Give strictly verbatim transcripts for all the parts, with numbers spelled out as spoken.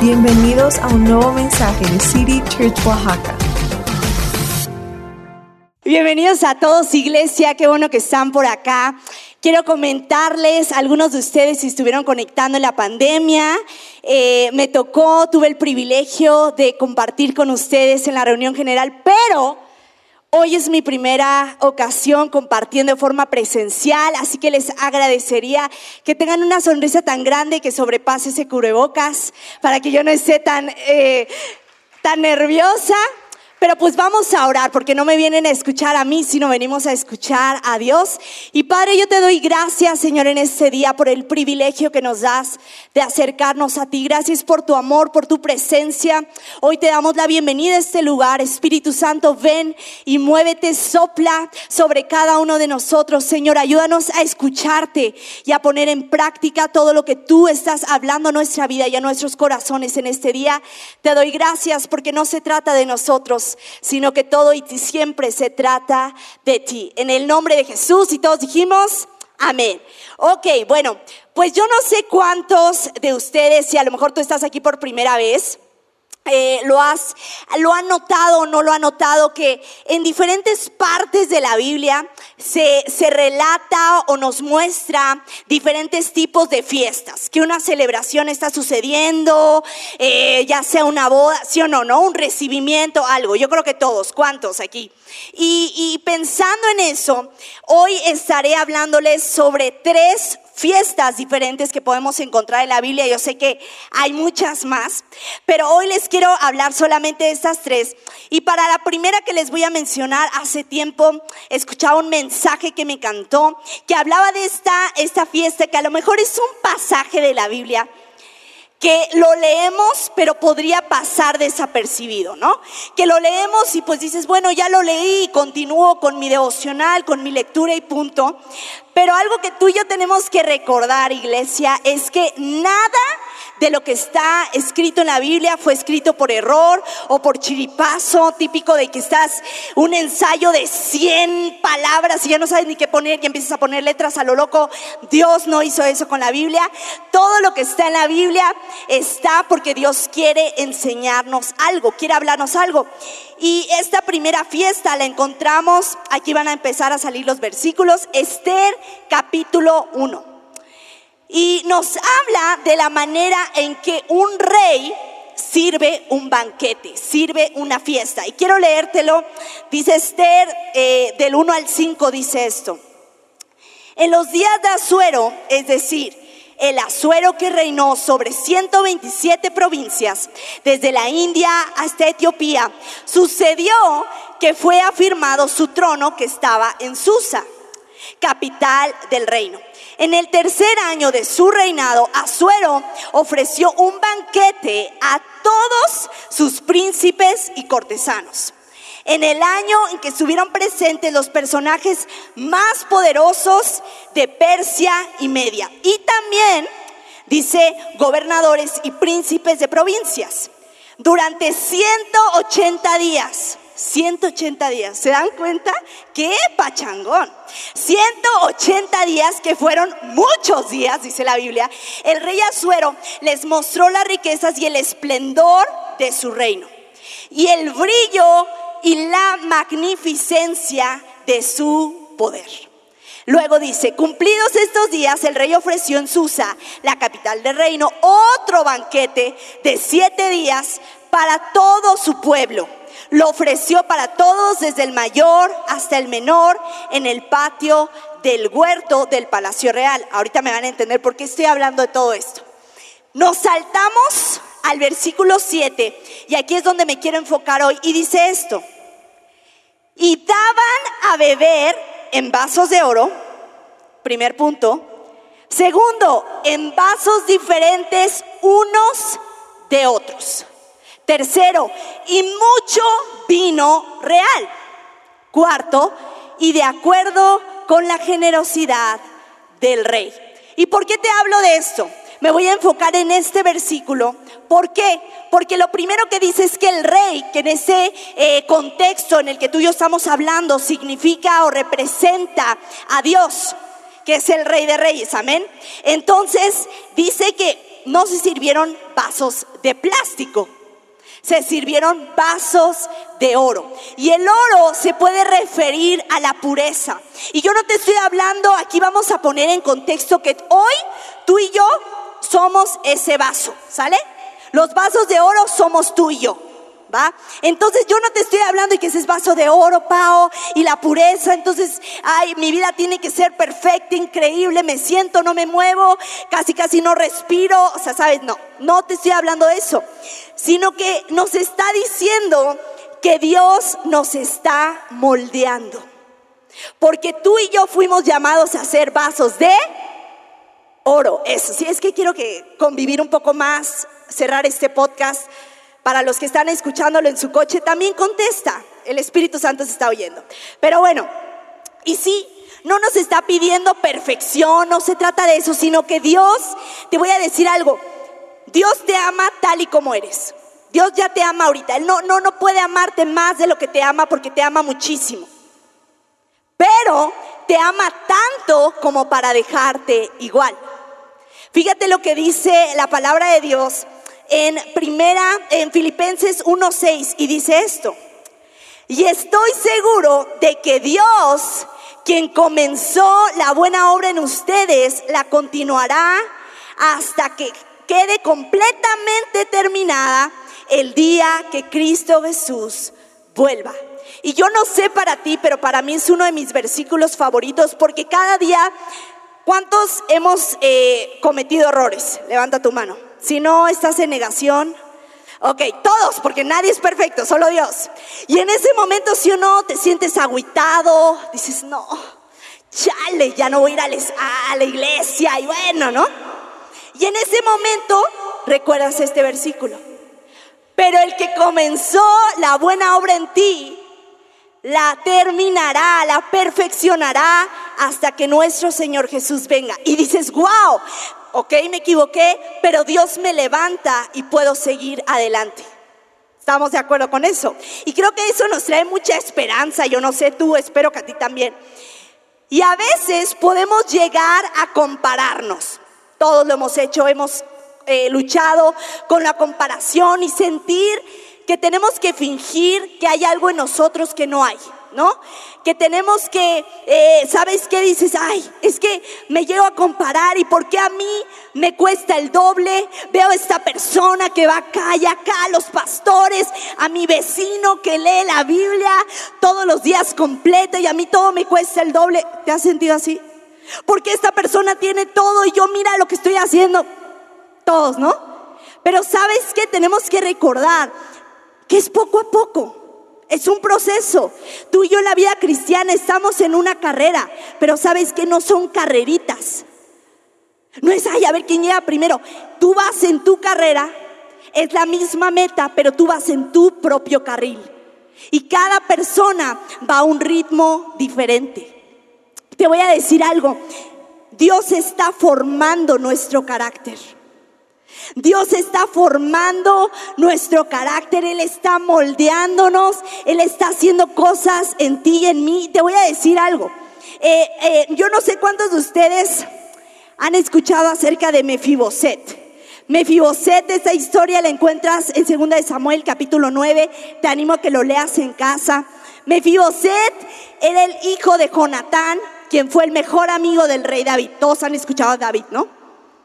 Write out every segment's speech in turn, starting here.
Bienvenidos a un nuevo mensaje de City Church Oaxaca. Bienvenidos a todos, iglesia, qué bueno que están por acá. Quiero comentarles, algunos de ustedes si estuvieron conectando en la pandemia, eh, me tocó, tuve el privilegio de compartir con ustedes en la reunión general, pero hoy es mi primera ocasión compartiendo de forma presencial, así que les agradecería que tengan una sonrisa tan grande que sobrepase ese cubrebocas para que yo no esté tan, eh, tan nerviosa. Pero pues vamos a orar porque no me vienen a escuchar a mí, sino venimos a escuchar a Dios. Y Padre, yo te doy gracias, Señor, en este día por el privilegio que nos das de acercarnos a ti. Gracias por tu amor, por tu presencia. Hoy te damos la bienvenida a este lugar. Espíritu Santo, ven y muévete, sopla sobre cada uno de nosotros. Señor, ayúdanos a escucharte y a poner en práctica todo lo que tú estás hablando a nuestra vida y a nuestros corazones en este día. Te doy gracias porque no se trata de nosotros, sino que todo y siempre se trata de ti. En el nombre de Jesús, y todos dijimos amén. Ok, bueno, pues yo no sé cuántos de ustedes, si a lo mejor tú estás aquí por primera vez, Eh, lo has, lo han notado o no lo han notado, que en diferentes partes de la Biblia se, se relata o nos muestra diferentes tipos de fiestas, que una celebración está sucediendo, eh, ya sea una boda, sí o no, no, un recibimiento, algo. Yo creo que todos, ¿cuántos aquí? Y, y pensando en eso, hoy estaré hablándoles sobre tres fiestas diferentes que podemos encontrar en la Biblia. Yo sé que hay muchas más, pero hoy les quiero hablar solamente de estas tres. Y para la primera que les voy a mencionar, hace tiempo escuchaba un mensaje que me encantó, que hablaba de esta, esta fiesta, que a lo mejor es un pasaje de la Biblia que lo leemos, pero podría pasar desapercibido, ¿no? Que lo leemos y pues dices, bueno, ya lo leí y continúo con mi devocional, con mi lectura y punto. Pero algo que tú y yo tenemos que recordar, iglesia, es que nada de lo que está escrito en la Biblia fue escrito por error o por chiripazo, típico de que estás un ensayo de cien palabras y ya no sabes ni qué poner y empiezas a poner letras a lo loco. Dios no hizo eso con la Biblia. Todo lo que está en la Biblia está porque Dios quiere enseñarnos algo, quiere hablarnos algo. Y esta primera fiesta la encontramos, aquí van a empezar a salir los versículos, Esther capítulo uno. Y nos habla de la manera en que un rey sirve un banquete, sirve una fiesta. Y quiero leértelo, dice Esther eh, del uno al cinco, dice esto. En los días de Asuero, es decir, el Asuero que reinó sobre ciento veintisiete provincias, desde la India hasta Etiopía, sucedió que fue afirmado su trono que estaba en Susa, capital del reino. En el tercer año de su reinado, Asuero ofreció un banquete a todos sus príncipes y cortesanos. En el año en que estuvieron presentes los personajes más poderosos de Persia y Media, y también, dice, gobernadores y príncipes de provincias, durante ciento ochenta días. ciento ochenta días, ¿se dan cuenta? ¡Qué pachangón! ciento ochenta días, que fueron muchos días, dice la Biblia. El rey Asuero les mostró las riquezas y el esplendor de su reino, y el brillo y la magnificencia de su poder. Luego dice, cumplidos estos días, el rey ofreció en Susa, la capital del reino, otro banquete de siete días para todo su pueblo. Lo ofreció para todos, desde el mayor hasta el menor, en el patio del huerto del Palacio Real. Ahorita me van a entender por qué estoy hablando de todo esto. Nos saltamos al versículo siete, y aquí es donde me quiero enfocar hoy, y dice esto: y daban a beber en vasos de oro, primer punto. Segundo, en vasos diferentes unos de otros. Tercero, y mucho vino real. Cuarto, y de acuerdo con la generosidad del rey. ¿Y por qué te hablo de esto? Me voy a enfocar en este versículo. ¿Por qué? Porque lo primero que dice es que el rey, que en ese eh, contexto en el que tú y yo estamos hablando, significa o representa a Dios, que es el Rey de Reyes, amén. Entonces dice que no se sirvieron vasos de plástico, se sirvieron vasos de oro. Y el oro se puede referir a la pureza. Y yo no te estoy hablando, aquí vamos a poner en contexto que hoy tú y yo somos ese vaso, ¿sale? Los vasos de oro somos tú y yo, ¿va? Entonces yo no te estoy hablando de que ese es vaso de oro, Pao, y la pureza. Entonces, ay, mi vida tiene que ser perfecta, increíble, me siento, no me muevo, casi casi no respiro. O sea, ¿sabes? No, no te estoy hablando de eso, sino que nos está diciendo que Dios nos está moldeando. Porque tú y yo fuimos llamados a ser vasos de oro. Eso, sí, es que quiero que convivir un poco más, cerrar este podcast. Para los que están escuchándolo en su coche, también contesta. El Espíritu Santo se está oyendo. Pero bueno, y sí, no nos está pidiendo perfección, no se trata de eso, sino que Dios, te voy a decir algo, Dios te ama tal y como eres. Dios ya te ama ahorita. Él no, no, no puede amarte más de lo que te ama porque te ama muchísimo. Pero te ama tanto como para dejarte igual. Fíjate lo que dice la palabra de Dios en primera, en Filipenses uno seis, y dice esto: y estoy seguro de que Dios, quien comenzó la buena obra en ustedes, la continuará hasta que quede completamente terminada el día que Cristo Jesús vuelva. Y yo no sé para ti, pero para mí es uno de mis versículos favoritos, porque cada día, ¿cuántos hemos eh, cometido errores? Levanta tu mano. Si no estás en negación, ok, todos, porque nadie es perfecto, solo Dios. Y en ese momento, si o no, te sientes agüitado, dices, no, chale, ya no voy a ir a, les, a la iglesia, y bueno, ¿no? Y en ese momento, recuerdas este versículo: pero el que comenzó la buena obra en ti, la terminará, la perfeccionará hasta que nuestro Señor Jesús venga. Y dices, wow, ok, me equivoqué, pero Dios me levanta y puedo seguir adelante. ¿Estamos de acuerdo con eso? Y creo que eso nos trae mucha esperanza. Yo no sé tú, espero que a ti también. Y a veces podemos llegar a compararnos. Todos lo hemos hecho, hemos eh, luchado con la comparación y sentir que tenemos que fingir que hay algo en nosotros que no hay, ¿no? Que tenemos que, eh, ¿sabes qué? Dices, ay, es que me llego a comparar, y ¿por qué a mí me cuesta el doble? Veo a esta persona que va acá y acá, a los pastores, a mi vecino que lee la Biblia todos los días completa, y a mí todo me cuesta el doble. ¿Te has sentido así? Porque esta persona tiene todo y yo mira lo que estoy haciendo. Todos, ¿no? Pero ¿sabes qué? Tenemos que recordar que es poco a poco, es un proceso. Tú y yo en la vida cristiana estamos en una carrera, pero sabes que no son carreritas. No es, ay, a ver quién llega primero. Tú vas en tu carrera, es la misma meta, pero tú vas en tu propio carril. Y cada persona va a un ritmo diferente. Te voy a decir algo, Dios está formando nuestro carácter. Dios está formando nuestro carácter, Él está moldeándonos, Él está haciendo cosas en ti y en mí. Te voy a decir algo, eh, eh, yo no sé cuántos de ustedes han escuchado acerca de Mefiboset. Mefiboset, esta historia la encuentras en segunda de Samuel capítulo nueve, te animo a que lo leas en casa. Mefiboset era el hijo de Jonatán, quien fue el mejor amigo del rey David. Todos han escuchado a David, ¿no?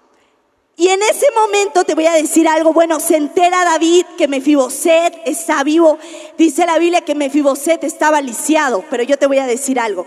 Y en ese momento te voy a decir algo. Bueno, se entera David que Mefiboset está vivo. Dice la Biblia que Mefiboset estaba lisiado, pero yo te voy a decir algo.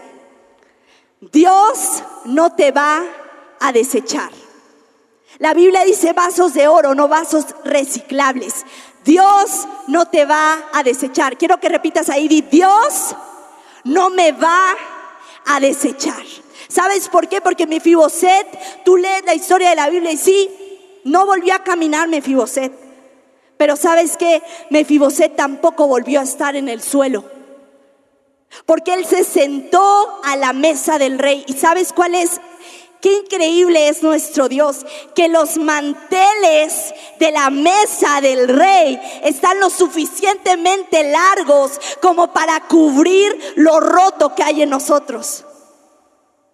Dios no te va a desechar. La Biblia dice vasos de oro, no vasos reciclables. Dios no te va a desechar. Quiero que repitas ahí, di, Dios no me va a desechar. ¿Sabes por qué? Porque Mefiboset, tú lees la historia de la Biblia y sí, no volvió a caminar Mefiboset. Pero ¿sabes qué? Mefiboset tampoco volvió a estar en el suelo. Porque él se sentó a la mesa del rey. ¿Y sabes cuál es? Qué increíble es nuestro Dios, que los manteles de la mesa del rey están lo suficientemente largos como para cubrir lo roto que hay en nosotros.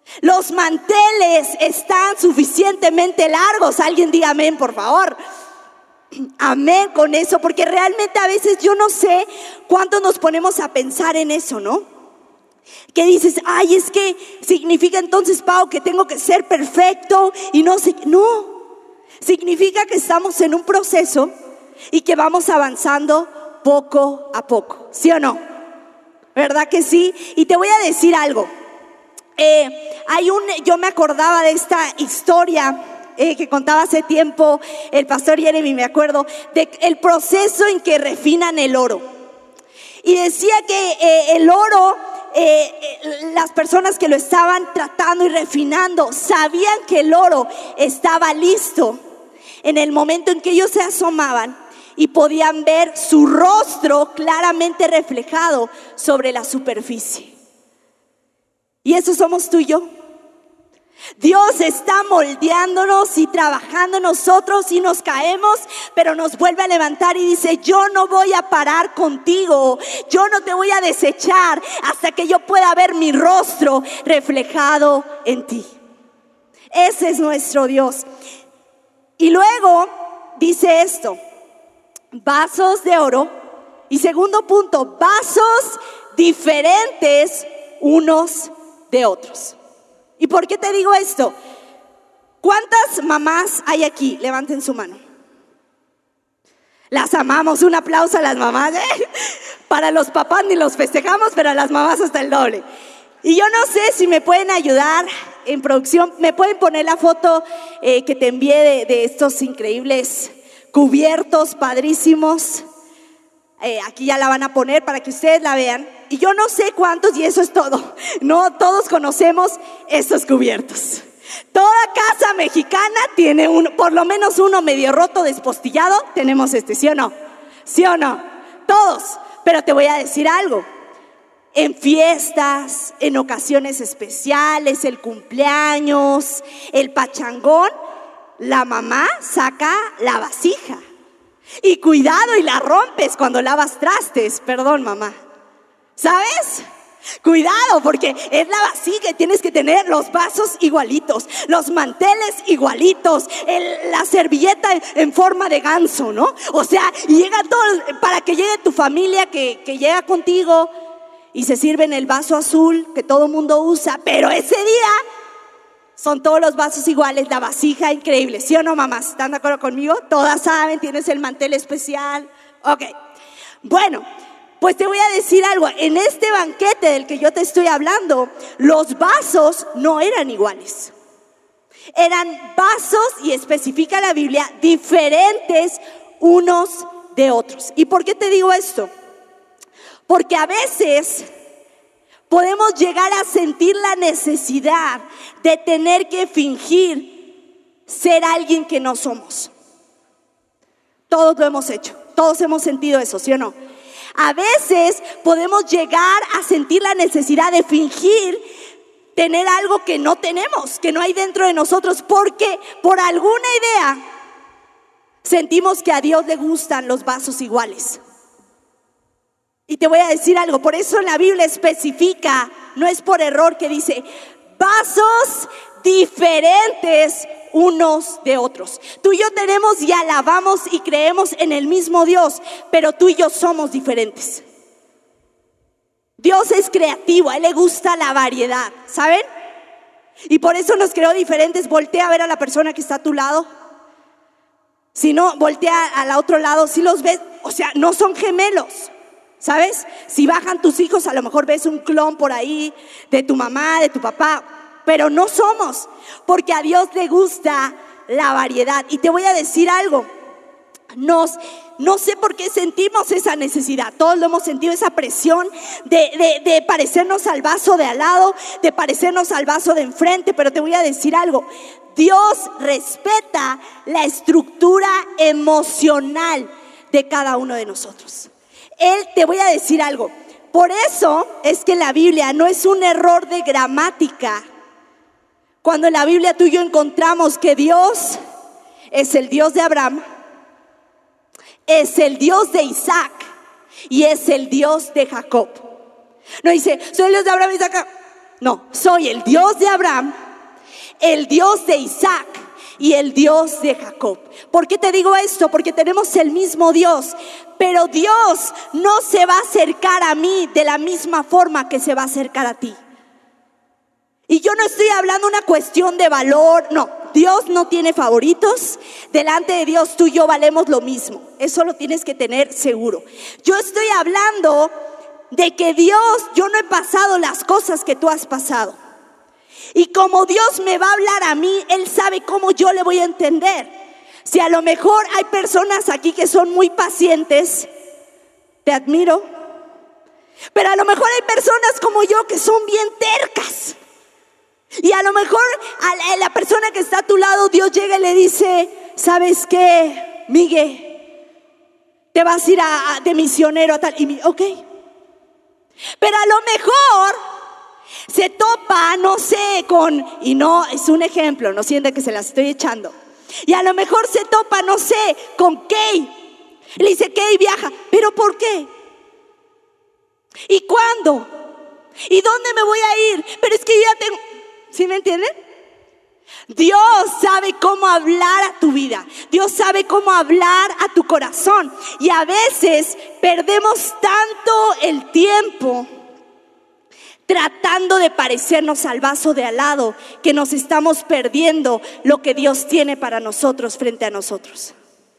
Los manteles están suficientemente largos. Alguien diga amén, por favor. Amén con eso, porque realmente a veces yo no sé cuánto nos ponemos a pensar en eso, ¿no? Que dices, ay, es que significa entonces, Pau, que tengo que ser perfecto y no sé. No, significa que estamos en un proceso y que vamos avanzando poco a poco, ¿sí o no? ¿Verdad que sí? Y te voy a decir algo. Eh, hay un, yo me acordaba de esta historia eh, que contaba hace tiempo el pastor Jeremy, me acuerdo, de el proceso en que refinan el oro. Y decía que eh, el oro, eh, eh, las personas que lo estaban tratando y refinando, sabían que el oro estaba listo en el momento en que ellos se asomaban y podían ver su rostro claramente reflejado sobre la superficie. Y eso somos tú y yo. Dios está moldeándonos y trabajando en nosotros y nos caemos, pero nos vuelve a levantar y dice, yo no voy a parar contigo, yo no te voy a desechar hasta que yo pueda ver mi rostro reflejado en ti. Ese es nuestro Dios. Y luego dice esto, vasos de oro. Y segundo punto, vasos diferentes unos de otros. ¿Y por qué te digo esto? ¿Cuántas mamás hay aquí? Levanten su mano. Las amamos, un aplauso a las mamás, ¿eh? Para los papás ni los festejamos, pero a las mamás hasta el doble. Y yo no sé si me pueden ayudar en producción, me pueden poner la foto eh, que te envié de, de estos increíbles cubiertos padrísimos. Eh, aquí ya la van a poner para que ustedes la vean. Y yo no sé cuántos, y eso es todo. No todos conocemos estos cubiertos. Toda casa mexicana tiene un, por lo menos uno medio roto, despostillado. Tenemos este, ¿sí o no? ¿Sí o no? Todos. Pero te voy a decir algo. En fiestas, en ocasiones especiales, el cumpleaños, el pachangón, la mamá saca la vasija. Y cuidado y la rompes cuando lavas trastes. Perdón, mamá. ¿Sabes? Cuidado, porque es la vasija y tienes que tener los vasos igualitos, los manteles igualitos, el, la servilleta en forma de ganso, ¿no? O sea, llega todo, para que llegue tu familia que, que llega contigo y se sirve en el vaso azul que todo mundo usa, pero ese día son todos los vasos iguales, la vasija increíble, ¿sí o no, mamás? ¿Están de acuerdo conmigo? Todas saben, tienes el mantel especial. Ok, bueno, pues te voy a decir algo. En este banquete del que yo te estoy hablando, los vasos no eran iguales. Eran vasos, y especifica la Biblia, diferentes unos de otros. ¿Y por qué te digo esto? Porque a veces podemos llegar a sentir la necesidad de tener que fingir ser alguien que no somos. Todos lo hemos hecho, todos hemos sentido eso, ¿sí o no? A veces podemos llegar a sentir la necesidad de fingir tener algo que no tenemos, que no hay dentro de nosotros, porque por alguna idea sentimos que a Dios le gustan los vasos iguales. Y te voy a decir algo, por eso en la Biblia especifica, no es por error, que dice vasos diferentes unos de otros. Tú y yo tenemos y alabamos y creemos en el mismo Dios, pero tú y yo somos diferentes. Dios es creativo, a Él le gusta la variedad, ¿saben? Y por eso nos creó diferentes. Voltea a ver a la persona que está a tu lado. Si no, voltea al otro lado, si los ves, o sea, no son gemelos, ¿sabes? Si bajan tus hijos, a lo mejor ves un clon por ahí de tu mamá, de tu papá, pero no somos, porque a Dios le gusta la variedad. Y te voy a decir algo, nos, no sé por qué sentimos esa necesidad, todos lo hemos sentido, esa presión de, de, de parecernos al vaso de al lado, de parecernos al vaso de enfrente, pero te voy a decir algo, Dios respeta la estructura emocional de cada uno de nosotros. Él, te voy a decir algo, por eso es que la Biblia no es un error de gramática. Cuando en la Biblia tú y yo encontramos que Dios es el Dios de Abraham, es el Dios de Isaac y es el Dios de Jacob. No dice, soy el Dios de Abraham y Isaac. No, soy el Dios de Abraham, el Dios de Isaac y el Dios de Jacob. ¿Por qué te digo esto? Porque tenemos el mismo Dios, pero Dios no se va a acercar a mí de la misma forma que se va a acercar a ti. Y yo no estoy hablando una cuestión de valor, no, Dios no tiene favoritos. Delante de Dios tú y yo valemos lo mismo, eso lo tienes que tener seguro. Yo estoy hablando de que Dios, yo no he pasado las cosas que tú has pasado. Y como Dios me va a hablar a mí, Él sabe cómo yo le voy a entender. Si a lo mejor hay personas aquí que son muy pacientes, te admiro. Pero a lo mejor hay personas como yo que son bien tercas. Y a lo mejor a la persona que está a tu lado, Dios llega y le dice: ¿sabes qué, Miguel? Te vas a ir a, a, de misionero a tal. Y ok. Pero a lo mejor se topa, no sé, con, y no, es un ejemplo, no siente que se las estoy echando. Y a lo mejor se topa, no sé, con Kay. Le dice: Kay, viaja. ¿Pero por qué? ¿Y cuándo? ¿Y dónde me voy a ir? Pero es que yo ya tengo... ¿Sí me entienden? Dios sabe cómo hablar a tu vida. Dios sabe cómo hablar a tu corazón. Y a veces perdemos tanto el tiempo tratando de parecernos al vaso de al lado, que nos estamos perdiendo lo que Dios tiene para nosotros frente a nosotros.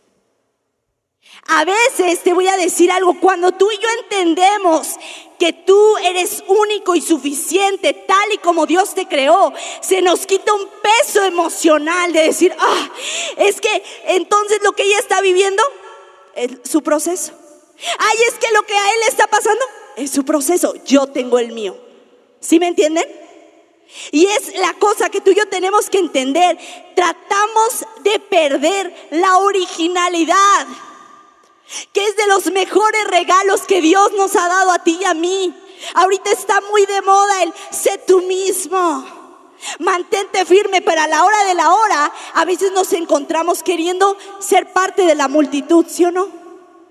A veces te voy a decir algo, cuando tú y yo entendemos que tú eres único y suficiente tal y como Dios te creó, se nos quita un peso emocional de decir: ah, es que entonces lo que ella está viviendo es su proceso. Ay, es que lo que a él está pasando es su proceso, yo tengo el mío. ¿Sí me entienden? Y es la cosa que tú y yo tenemos que entender. Tratamos de perder la originalidad, que es de los mejores regalos que Dios nos ha dado a ti y a mí. Ahorita está muy de moda el sé tú mismo, mantente firme, pero a la hora de la hora a veces nos encontramos queriendo ser parte de la multitud, ¿sí o no?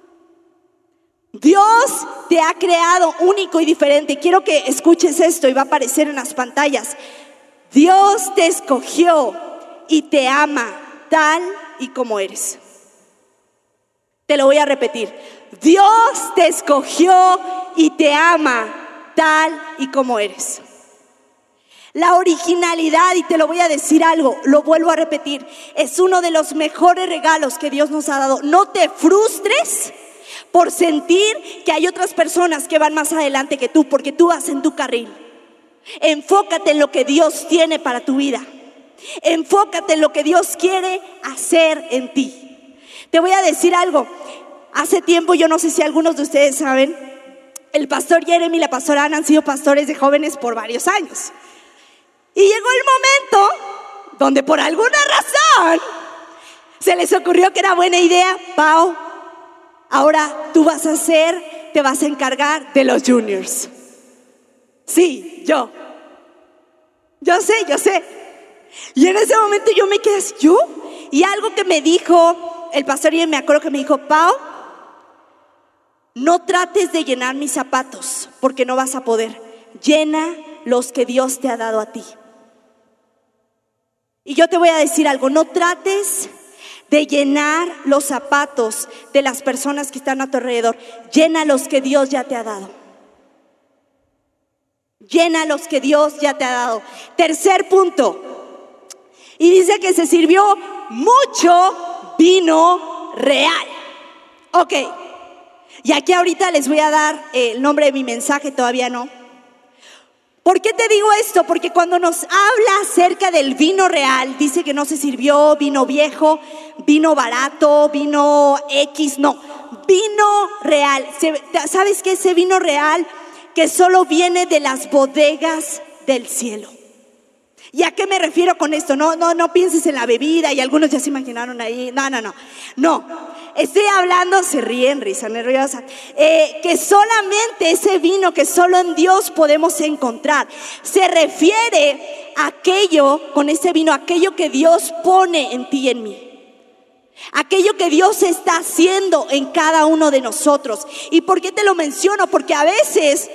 Dios te ha creado único y diferente. Quiero que escuches esto y va a aparecer en las pantallas. Dios te escogió y te ama tal y como eres. Te lo voy a repetir. Dios te escogió y te ama tal y como eres. La originalidad, y te lo voy a decir algo, lo vuelvo a repetir, es uno de los mejores regalos que Dios nos ha dado. No te frustres por sentir que hay otras personas que van más adelante que tú, porque tú vas en tu carril. Enfócate en lo que Dios tiene para tu vida. Enfócate en lo que Dios quiere hacer en ti. Te voy a decir algo. Hace tiempo, yo no sé si algunos de ustedes saben, el pastor Jeremy y la pastora Ana han sido pastores de jóvenes por varios años. Y llegó el momento donde por alguna razón se les ocurrió que era buena idea: Pau, ahora tú vas a ser, te vas a encargar de los juniors. Sí, yo. Yo sé, yo sé. Y en ese momento yo me quedé así, ¿yo? Y algo que me dijo el pastor, y me acuerdo que me dijo: Pau, no trates de llenar mis zapatos, porque no vas a poder. Llena los que Dios te ha dado a ti. Y yo te voy a decir algo, no trates de llenar los zapatos de las personas que están a tu alrededor. Llena los que Dios ya te ha dado. Llena los que Dios ya te ha dado. Tercer punto. Y dice que se sirvió mucho vino real. Ok. Y aquí ahorita les voy a dar el nombre de mi mensaje, todavía no. ¿Por qué te digo esto? Porque cuando nos habla acerca del vino real, dice que no se sirvió vino viejo, vino barato, vino X, no, vino real. ¿Sabes qué? Ese vino real que solo viene de las bodegas del cielo. ¿Y a qué me refiero con esto? No, no, no pienses en la bebida, y algunos ya se imaginaron ahí. No, no, no, no. Estoy hablando, se ríen, risa nerviosa, eh, que solamente ese vino que solo en Dios podemos encontrar. Se refiere a aquello, con ese vino, aquello que Dios pone en ti y en mí. Aquello que Dios está haciendo en cada uno de nosotros. ¿Y por qué te lo menciono? Porque a veces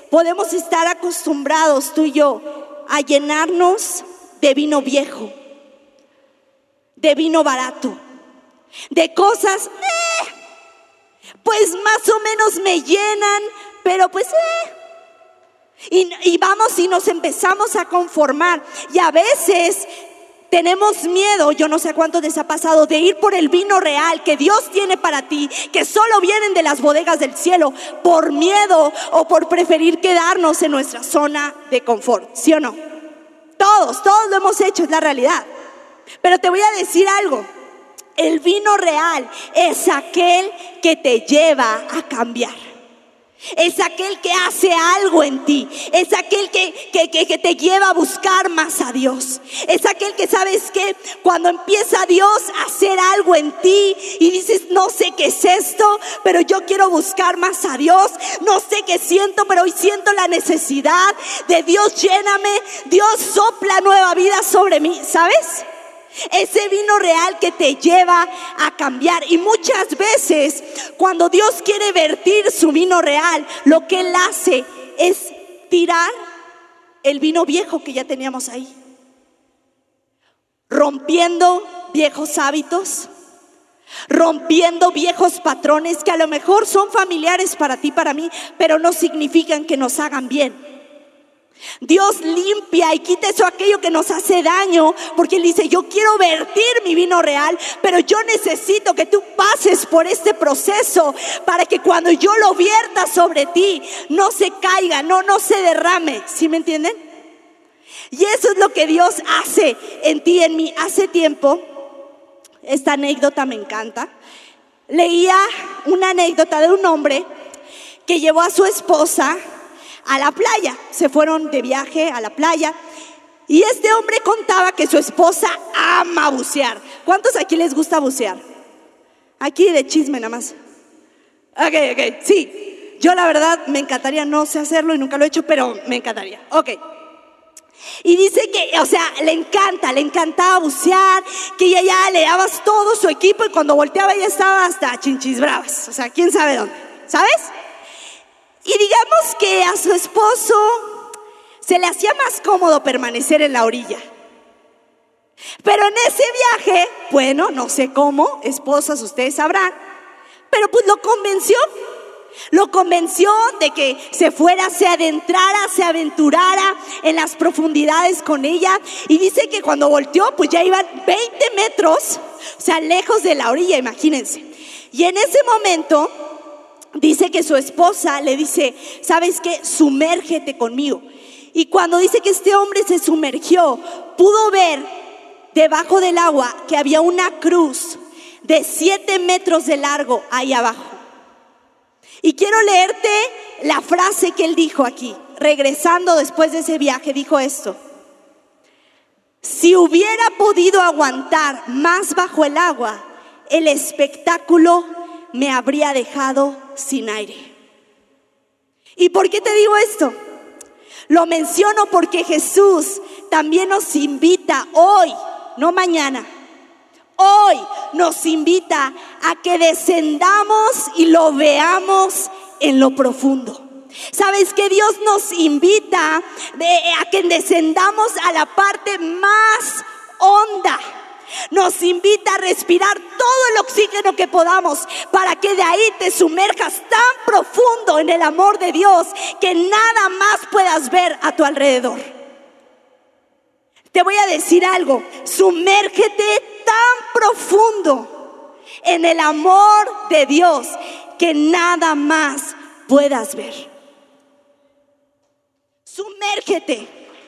podemos estar acostumbrados tú y yo a llenarnos de vino viejo, de vino barato, de cosas, eh, pues más o menos me llenan, pero pues eh. Y, y vamos y nos empezamos a conformar. Y a veces tenemos miedo, yo no sé a cuánto les ha pasado, de ir por el vino real que Dios tiene para ti, que solo vienen de las bodegas del cielo, por miedo o por preferir quedarnos en nuestra zona de confort, ¿sí o no? Todos, todos lo hemos hecho, es la realidad. Pero te voy a decir algo, el vino real es aquel que te lleva a cambiar. Es aquel que hace algo en ti. Es aquel que, que, que, que te lleva a buscar más a Dios. Es aquel que, ¿sabes qué? Cuando empieza Dios a hacer algo en ti y dices, no sé qué es esto, pero yo quiero buscar más a Dios. No sé qué siento, pero hoy siento la necesidad de Dios, lléname. Dios sopla nueva vida sobre mí, ¿sabes? Ese vino real que te lleva a cambiar. Y muchas veces cuando Dios quiere vertir su vino real, lo que Él hace es tirar el vino viejo que ya teníamos ahí, rompiendo viejos hábitos, rompiendo viejos patrones que a lo mejor son familiares para ti, para mí, pero no significan que nos hagan bien. Dios limpia y quita eso, aquello que nos hace daño, porque Él dice, yo quiero vertir mi vino real, pero yo necesito que tú pases por este proceso para que cuando yo lo vierta sobre ti, no se caiga, no, no se derrame. ¿Sí me entienden? Y eso es lo que Dios hace en ti y en mí. Hace tiempo, esta anécdota me encanta, leía una anécdota de un hombre que llevó a su esposa a la playa. Se fueron de viaje a la playa y este hombre contaba que su esposa ama bucear. ¿Cuántos aquí les gusta bucear? Aquí de chisme nada más. Ok, ok, sí. Yo la verdad me encantaría, no sé hacerlo y nunca lo he hecho, pero me encantaría. Ok. Y dice que, o sea, le encanta, le encantaba bucear, que ella ya le dabas todo su equipo y cuando volteaba ya estaba hasta Chinchis Bravas. O sea, quién sabe dónde, ¿sabes? Y digamos que a su esposo se le hacía más cómodo permanecer en la orilla. Pero en ese viaje, bueno, no sé cómo, esposas, ustedes sabrán, pero pues lo convenció. Lo convenció de que se fuera, se adentrara, se aventurara en las profundidades con ella. Y dice que cuando volteó, pues ya iban veinte metros, o sea, lejos de la orilla, imagínense. Y en ese momento dice que su esposa le dice, ¿sabes qué? Sumérgete conmigo. Y cuando dice que este hombre se sumergió, pudo ver debajo del agua que había una cruz de siete metros de largo ahí abajo. Y quiero leerte la frase que él dijo aquí. Regresando después de ese viaje, dijo esto: si hubiera podido aguantar más bajo el agua, el espectáculo me habría dejado sin aire. ¿Y por qué te digo esto? Lo menciono porque Jesús también nos invita hoy, no mañana, hoy nos invita a que descendamos y lo veamos en lo profundo. ¿Sabes que Dios nos invita de, a que descendamos a la parte más honda? Nos invita a respirar todo el oxígeno que podamos para que de ahí te sumerjas tan profundo en el amor de Dios que nada más puedas ver a tu alrededor. Te voy a decir algo, sumérgete tan profundo en el amor de Dios que nada más puedas ver. Sumérgete.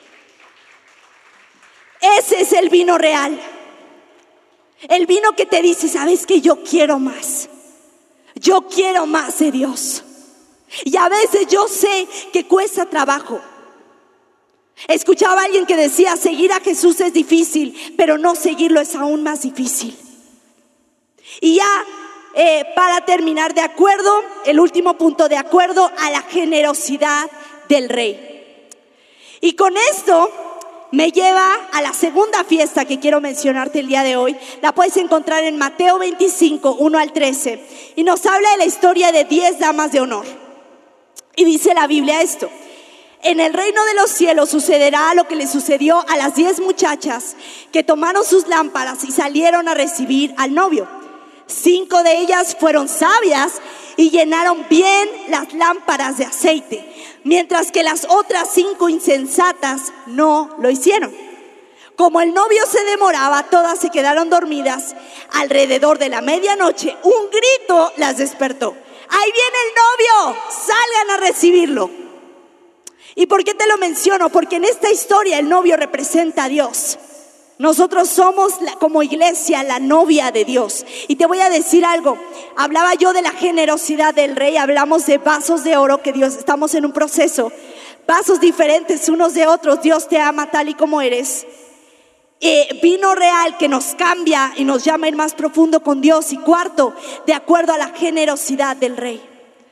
Ese es el vino real. El vino que te dice, ¿sabes qué? Yo quiero más. Yo quiero más de Dios. Y a veces yo sé que cuesta trabajo. Escuchaba a alguien que decía, seguir a Jesús es difícil, pero no seguirlo es aún más difícil. Y ya eh, para terminar, de acuerdo, el último punto, de acuerdo a la generosidad del rey. Y con esto me lleva a la segunda fiesta que quiero mencionarte el día de hoy. La puedes encontrar en Mateo veinticinco, uno al trece. Y nos habla de la historia de diez damas de honor. Y dice la Biblia esto: En el reino de los cielos sucederá lo que le sucedió a las diez muchachas que tomaron sus lámparas y salieron a recibir al novio. Cinco de ellas fueron sabias y llenaron bien las lámparas de aceite, mientras que las otras cinco insensatas no lo hicieron. Como el novio se demoraba, todas se quedaron dormidas. Alrededor de la medianoche, un grito las despertó: ¡ahí viene el novio! ¡Salgan a recibirlo! ¿Y por qué te lo menciono? Porque en esta historia el novio representa a Dios. Nosotros somos la, como iglesia la novia de Dios. Y te voy a decir algo. Hablaba yo de la generosidad del rey. Hablamos de vasos de oro que Dios, estamos en un proceso. Vasos diferentes unos de otros. Dios te ama tal y como eres. Eh, vino real que nos cambia y nos llama a ir más profundo con Dios. Y cuarto, de acuerdo a la generosidad del rey.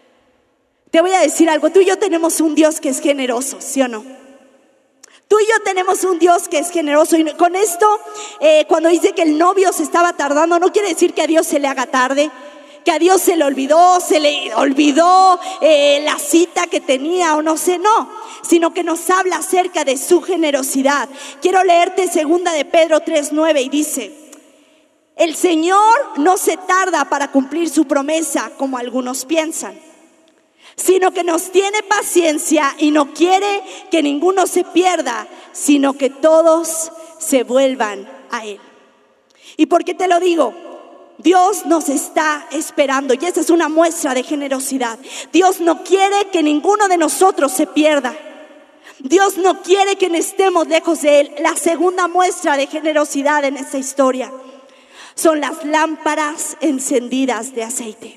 Te voy a decir algo, tú y yo tenemos un Dios que es generoso, ¿sí o no? Tú y yo tenemos un Dios que es generoso. Y con esto, eh, cuando dice que el novio se estaba tardando, no quiere decir que a Dios se le haga tarde, que a Dios se le olvidó, se le olvidó eh, la cita que tenía o no sé, no. Sino que nos habla acerca de su generosidad. Quiero leerte segunda de Pedro tres nueve y dice: el Señor no se tarda para cumplir su promesa como algunos piensan, sino que nos tiene paciencia y no quiere que ninguno se pierda, sino que todos se vuelvan a Él. ¿Y por qué te lo digo? Dios nos está esperando y esa es una muestra de generosidad. Dios no quiere que ninguno de nosotros se pierda. Dios no quiere que estemos lejos de Él. La segunda muestra de generosidad en esta historia son las lámparas encendidas de aceite.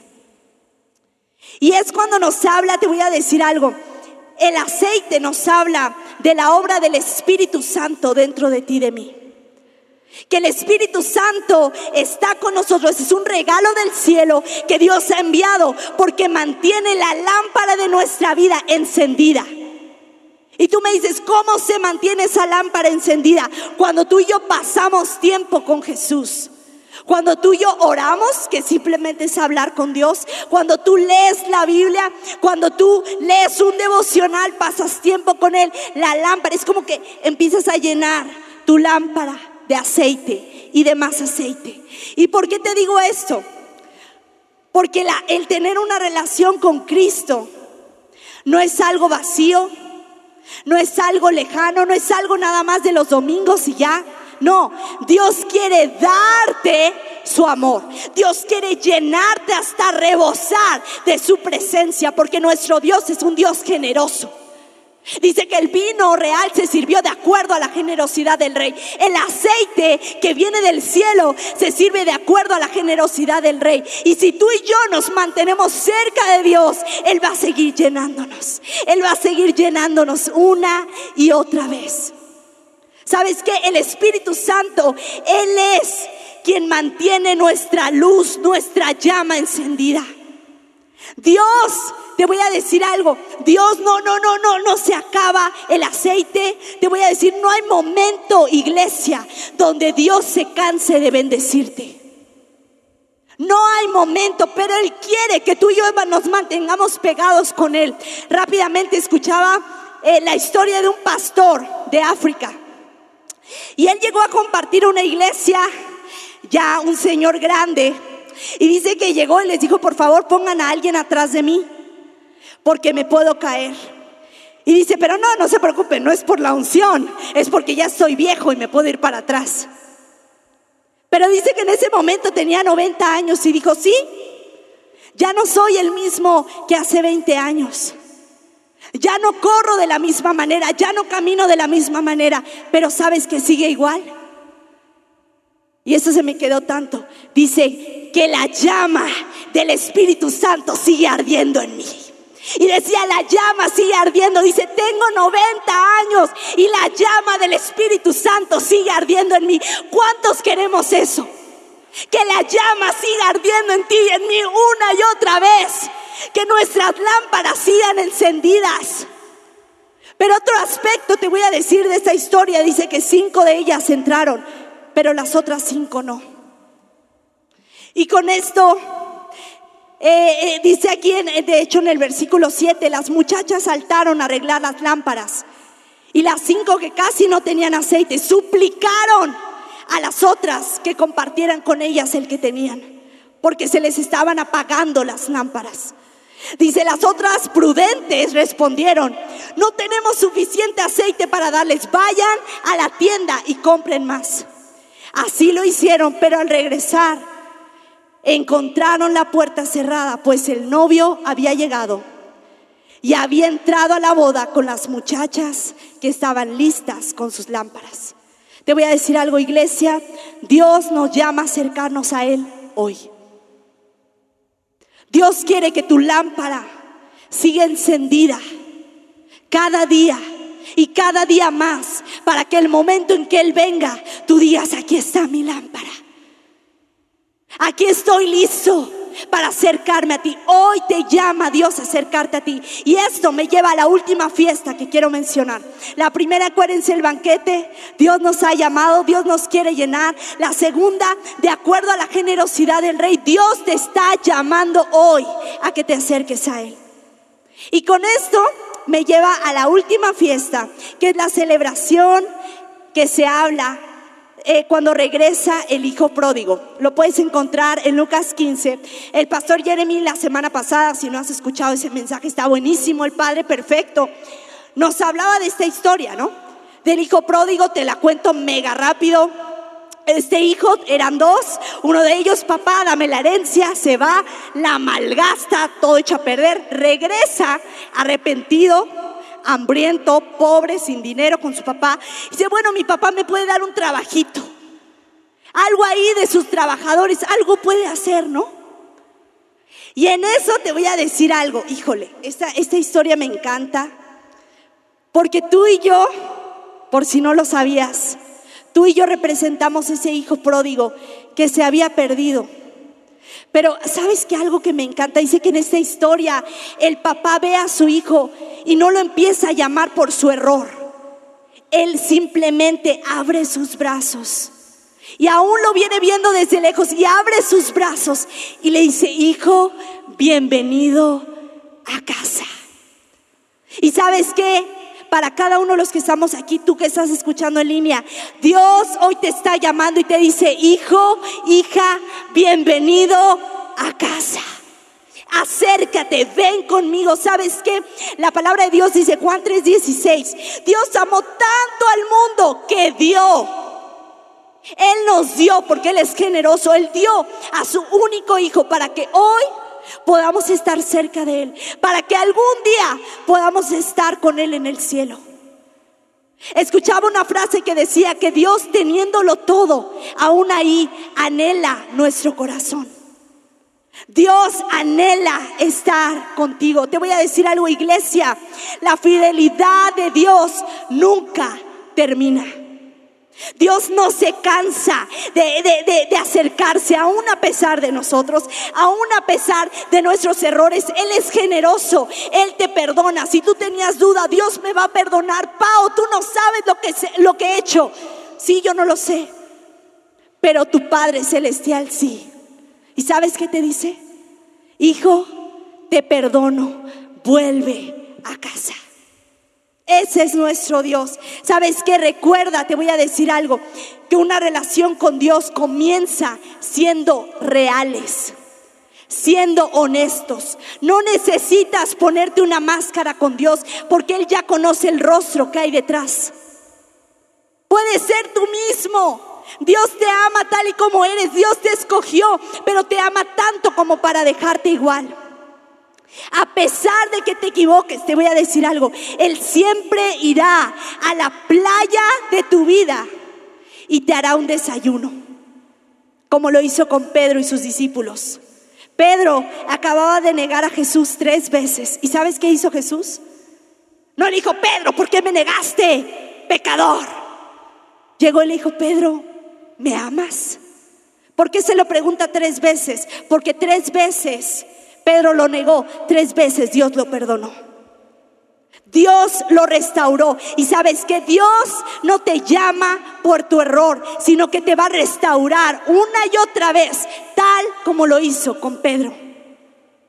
Y es cuando nos habla, te voy a decir algo, el aceite nos habla de la obra del Espíritu Santo dentro de ti y de mí. Que el Espíritu Santo está con nosotros, es un regalo del cielo que Dios ha enviado porque mantiene la lámpara de nuestra vida encendida. Y tú me dices, ¿cómo se mantiene esa lámpara encendida? Cuando tú y yo pasamos tiempo con Jesús. Cuando tú y yo oramos, que simplemente es hablar con Dios. Cuando tú lees la Biblia, cuando tú lees un devocional, pasas tiempo con Él. La lámpara, es como que empiezas a llenar tu lámpara de aceite y de más aceite. ¿Y por qué te digo esto? Porque la, el tener una relación con Cristo no es algo vacío, no es algo lejano, no es algo nada más de los domingos y ya. No, Dios quiere darte su amor. Dios quiere llenarte hasta rebosar de su presencia, porque nuestro Dios es un Dios generoso. Dice que el vino real se sirvió de acuerdo a la generosidad del rey. El aceite que viene del cielo se sirve de acuerdo a la generosidad del rey. Y si tú y yo nos mantenemos cerca de Dios, Él va a seguir llenándonos. Él va a seguir llenándonos una y otra vez. ¿Sabes qué? El Espíritu Santo, Él es quien mantiene nuestra luz, nuestra llama encendida. Dios, te voy a decir algo, Dios no, no, no, no, no se acaba el aceite. Te voy a decir, no hay momento, iglesia, donde Dios se canse de bendecirte. No hay momento, pero Él quiere que tú y yo nos mantengamos pegados con Él. Rápidamente escuchaba eh, la historia de un pastor de África. Y él llegó a compartir una iglesia, ya un señor grande, y dice que llegó y les dijo: por favor pongan a alguien atrás de mí, porque me puedo caer. Y dice: pero no, no se preocupen, no es por la unción, es porque ya soy viejo y me puedo ir para atrás. Pero dice que en ese momento tenía noventa años y dijo: sí, ya no soy el mismo que hace veinte años. Ya no corro de la misma manera, ya no camino de la misma manera, pero ¿sabes que sigue igual? Y eso se me quedó tanto. Dice que la llama del Espíritu Santo sigue ardiendo en mí. Y decía, la llama sigue ardiendo. Dice, tengo noventa años y la llama del Espíritu Santo sigue ardiendo en mí. ¿Cuántos queremos eso? Que la llama siga ardiendo en ti y en mí una y otra vez. Que nuestras lámparas sigan encendidas. Pero otro aspecto te voy a decir de esta historia. Dice que cinco de ellas entraron, pero las otras cinco no. Y con esto Eh, eh, dice aquí, en, de hecho en el versículo siete, las muchachas saltaron a arreglar las lámparas. Y las cinco que casi no tenían aceite suplicaron a las otras que compartieran con ellas el que tenían, porque se les estaban apagando las lámparas. Dice, las otras prudentes respondieron: no tenemos suficiente aceite para darles, vayan a la tienda y compren más. Así lo hicieron, pero al regresar encontraron la puerta cerrada, pues el novio había llegado y había entrado a la boda con las muchachas que estaban listas con sus lámparas. Te voy a decir algo, iglesia, Dios nos llama a acercarnos a Él hoy. Dios quiere que tu lámpara siga encendida cada día y cada día más, para que el momento en que Él venga, tú digas: aquí está mi lámpara, aquí estoy listo para acercarme a ti. Hoy te llama Dios a acercarte a ti. Y esto me lleva a la última fiesta que quiero mencionar. La primera, acuérdense, el banquete. Dios nos ha llamado, Dios nos quiere llenar. La segunda, de acuerdo a la generosidad del Rey, Dios te está llamando hoy a que te acerques a Él. Y con esto me lleva a la última fiesta, que es la celebración que se habla Eh, cuando regresa el hijo pródigo. Lo puedes encontrar en Lucas quince. El pastor Jeremy la semana pasada, si no has escuchado ese mensaje, está buenísimo. El Padre Perfecto nos hablaba de esta historia, ¿no? Del hijo pródigo. Te la cuento mega rápido. Este hijo, eran dos. Uno de ellos: papá, dame la herencia. Se va, la malgasta, todo hecho a perder. Regresa arrepentido, hambriento, pobre, sin dinero, con su papá. Dice: bueno, mi papá me puede dar un trabajito, algo ahí de sus trabajadores, algo puede hacer, ¿no? Y en eso te voy a decir algo. Híjole, esta, esta historia me encanta, porque tú y yo, por si no lo sabías, tú y yo representamos ese hijo pródigo que se había perdido. Pero ¿sabes qué? Algo que me encanta, dice que en esta historia el papá ve a su hijo y no lo empieza a llamar por su error. Él simplemente abre sus brazos y aún lo viene viendo desde lejos, y abre sus brazos y le dice: hijo, bienvenido a casa. ¿Y sabes qué? Para cada uno de los que estamos aquí, tú que estás escuchando en línea, Dios hoy te está llamando y te dice: hijo, hija, bienvenido a casa. Acércate, ven conmigo. ¿Sabes qué? La palabra de Dios dice, Juan tres dieciséis, Dios amó tanto al mundo que dio. Él nos dio, porque Él es generoso. Él dio a su único hijo para que hoy podamos estar cerca de Él, para que algún día podamos estar con Él en el cielo. Escuchaba una frase que decía que Dios, teniéndolo todo, aún ahí anhela nuestro corazón. Dios anhela estar contigo. Te voy a decir algo, iglesia: la fidelidad de Dios nunca termina. Dios no se cansa de, de, de, de acercarse, aún a pesar de nosotros, aún a pesar de nuestros errores. Él es generoso, Él te perdona. Si tú tenías duda, Dios me va a perdonar. Pao, tú no sabes lo que, lo que he hecho. Sí, yo no lo sé, pero tu Padre Celestial sí. ¿Y sabes qué te dice? Hijo, te perdono, vuelve a casa. Ese es nuestro Dios. ¿Sabes qué? Recuerda, te voy a decir algo, que una relación con Dios comienza siendo reales, siendo honestos. No necesitas ponerte una máscara con Dios, porque Él ya conoce el rostro que hay detrás. Puedes ser tú mismo. Dios te ama tal y como eres. Dios te escogió, pero te ama tanto como para dejarte igual. A pesar de que te equivoques, te voy a decir algo: Él siempre irá a la playa de tu vida y te hará un desayuno, como lo hizo con Pedro y sus discípulos. Pedro acababa de negar a Jesús tres veces. ¿Y sabes qué hizo Jesús? No le dijo: Pedro, ¿por qué me negaste, pecador? Llegó y le dijo: Pedro, ¿me amas? ¿Por qué se lo pregunta tres veces? Porque tres veces Pedro lo negó, tres veces Dios lo perdonó. Dios lo restauró. Y sabes que Dios no te llama por tu error, sino que te va a restaurar una y otra vez, tal como lo hizo con Pedro.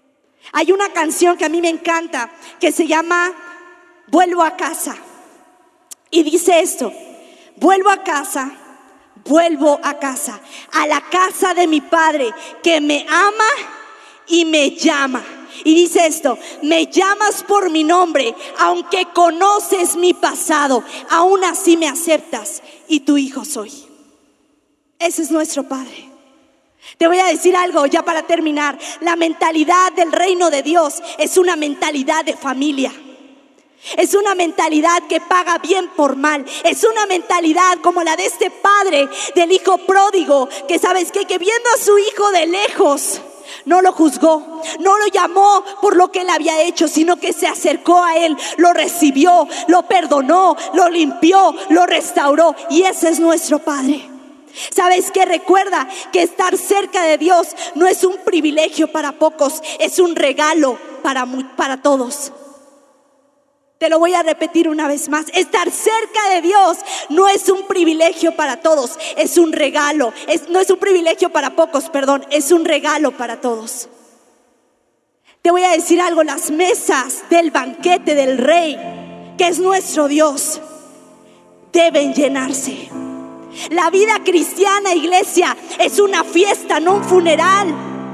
Hay una canción que a mí me encanta que se llama Vuelvo a casa. Y dice esto: vuelvo a casa, vuelvo a casa, a la casa de mi Padre que me ama y me llama. Y dice esto: me llamas por mi nombre, aunque conoces mi pasado, aún así me aceptas y tu hijo soy. Ese es nuestro Padre. Te voy a decir algo ya para terminar. La mentalidad del reino de Dios es una mentalidad de familia. Es una mentalidad que paga bien por mal. Es una mentalidad como la de este padre del hijo pródigo, que sabes qué, que viendo a su hijo de lejos, no lo juzgó, no lo llamó por lo que él había hecho, sino que se acercó a él, lo recibió, lo perdonó, lo limpió, lo restauró. Y ese es nuestro Padre. ¿Sabes qué? Recuerda que estar cerca de Dios no es un privilegio para pocos, es un regalo para, para todos. Te lo voy a repetir una vez más. Estar cerca de Dios no es un privilegio para todos, es un regalo. Es, no es un privilegio para pocos, perdón, es un regalo para todos. Te voy a decir algo: las mesas del banquete del Rey, que es nuestro Dios, deben llenarse. La vida cristiana, iglesia, es una fiesta, no un funeral.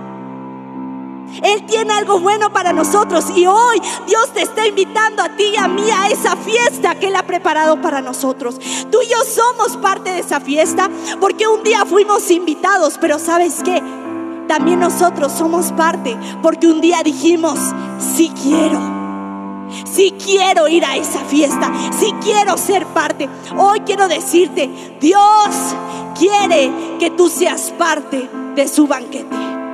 Él tiene algo bueno para nosotros y hoy Dios te está invitando a ti y a mí a esa fiesta que Él ha preparado para nosotros. Tú y yo somos parte de esa fiesta porque un día fuimos invitados, pero ¿sabes qué? También nosotros somos parte porque un día dijimos: sí quiero. Si quiero ir a esa fiesta, si quiero ser parte. Hoy quiero decirte: Dios quiere que tú seas parte de su banquete.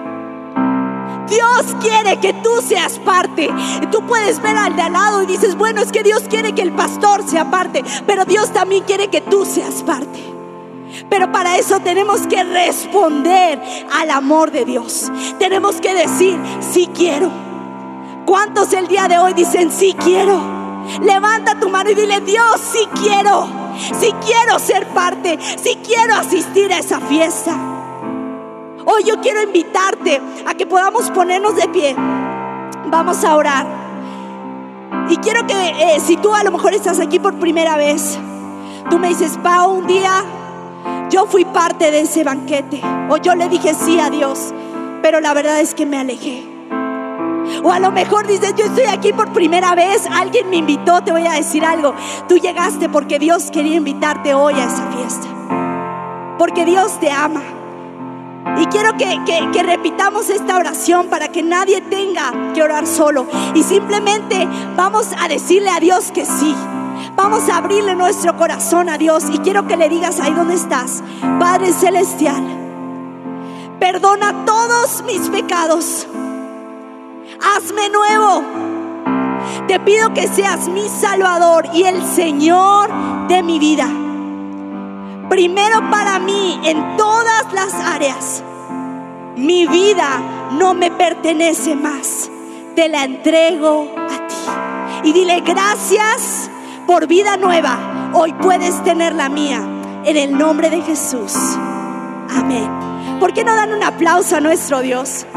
Dios quiere que tú seas parte. Tú puedes ver al de al lado y dices: bueno, es que Dios quiere que el pastor sea parte, pero Dios también quiere que tú seas parte. Pero para eso tenemos que responder al amor de Dios. Tenemos que decir: sí quiero. ¿Cuántos el día de hoy dicen: sí quiero? Levanta tu mano y dile: Dios, sí quiero. Sí quiero ser parte. Sí quiero asistir a esa fiesta. Hoy yo quiero invitarte a que podamos ponernos de pie. Vamos a orar. Y quiero que eh, si tú a lo mejor estás aquí por primera vez, tú me dices: Pau, un día yo fui parte de ese banquete, o yo le dije sí a Dios, pero la verdad es que me alejé. O a lo mejor dices: yo estoy aquí por primera vez, alguien me invitó. Te voy a decir algo: tú llegaste porque Dios quería invitarte hoy a esa fiesta, porque Dios te ama. Y quiero que, que, que repitamos esta oración para que nadie tenga que orar solo. Y simplemente vamos a decirle a Dios que sí. Vamos a abrirle nuestro corazón a Dios. Y quiero que le digas ahí donde estás: Padre Celestial, perdona todos mis pecados. Hazme nuevo. Te pido que seas mi Salvador y el Señor de mi vida. Primero para mí en todas las áreas. Mi vida no me pertenece más. Te la entrego a ti. Y dile: gracias por vida nueva. Hoy puedes tener la mía. En el nombre de Jesús. Amén. ¿Por qué no dan un aplauso a nuestro Dios?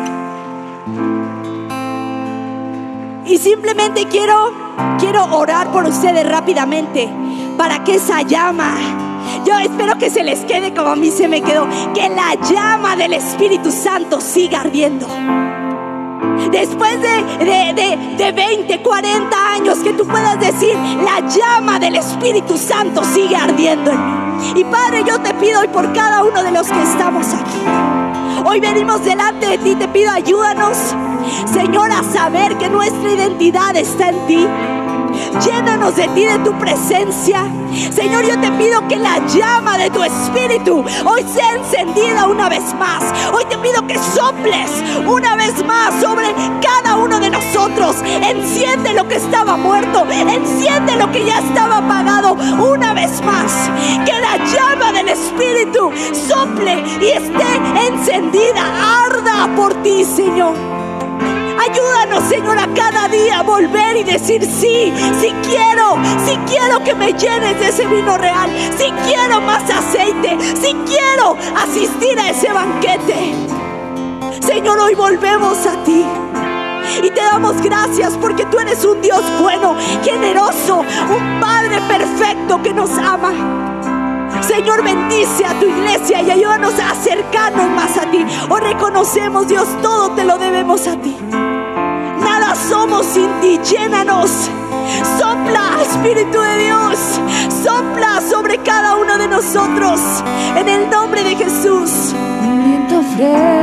Y simplemente quiero, quiero orar por ustedes rápidamente para que esa llama, yo espero que se les quede como a mí se me quedó, que la llama del Espíritu Santo siga ardiendo. Después de, de, de, de veinte, cuarenta años, que tú puedas decir: la llama del Espíritu Santo sigue ardiendo en mí. Y Padre, yo te pido hoy por cada uno de los que estamos aquí. Hoy venimos delante de ti, te pido ayúdanos, Señor, a saber que nuestra identidad está en ti. Llénanos de ti, de tu presencia. Señor, yo te pido que la llama de tu Espíritu hoy sea encendida una vez más. Hoy te pido que soples una vez más sobre cada uno de nosotros. Enciende lo que estaba muerto, enciende lo que ya estaba apagado una vez más. Que la llama del Espíritu sople y esté encendida, arda por ti, Señor. Ayúdanos, Señor, a cada día volver y decir: sí, sí quiero, sí quiero que me llenes de ese vino real, sí quiero más aceite, sí quiero asistir a ese banquete. Señor, hoy volvemos a ti. Y te damos gracias porque tú eres un Dios bueno, generoso, un Padre perfecto que nos ama. Señor, bendice a tu iglesia y ayúdanos a acercarnos más a ti. Hoy reconocemos, Dios, todo te lo debemos a ti. Nada somos sin ti, llénanos. Sopla, Espíritu de Dios, sopla sobre cada uno de nosotros, en el nombre de Jesús. Un viento fresco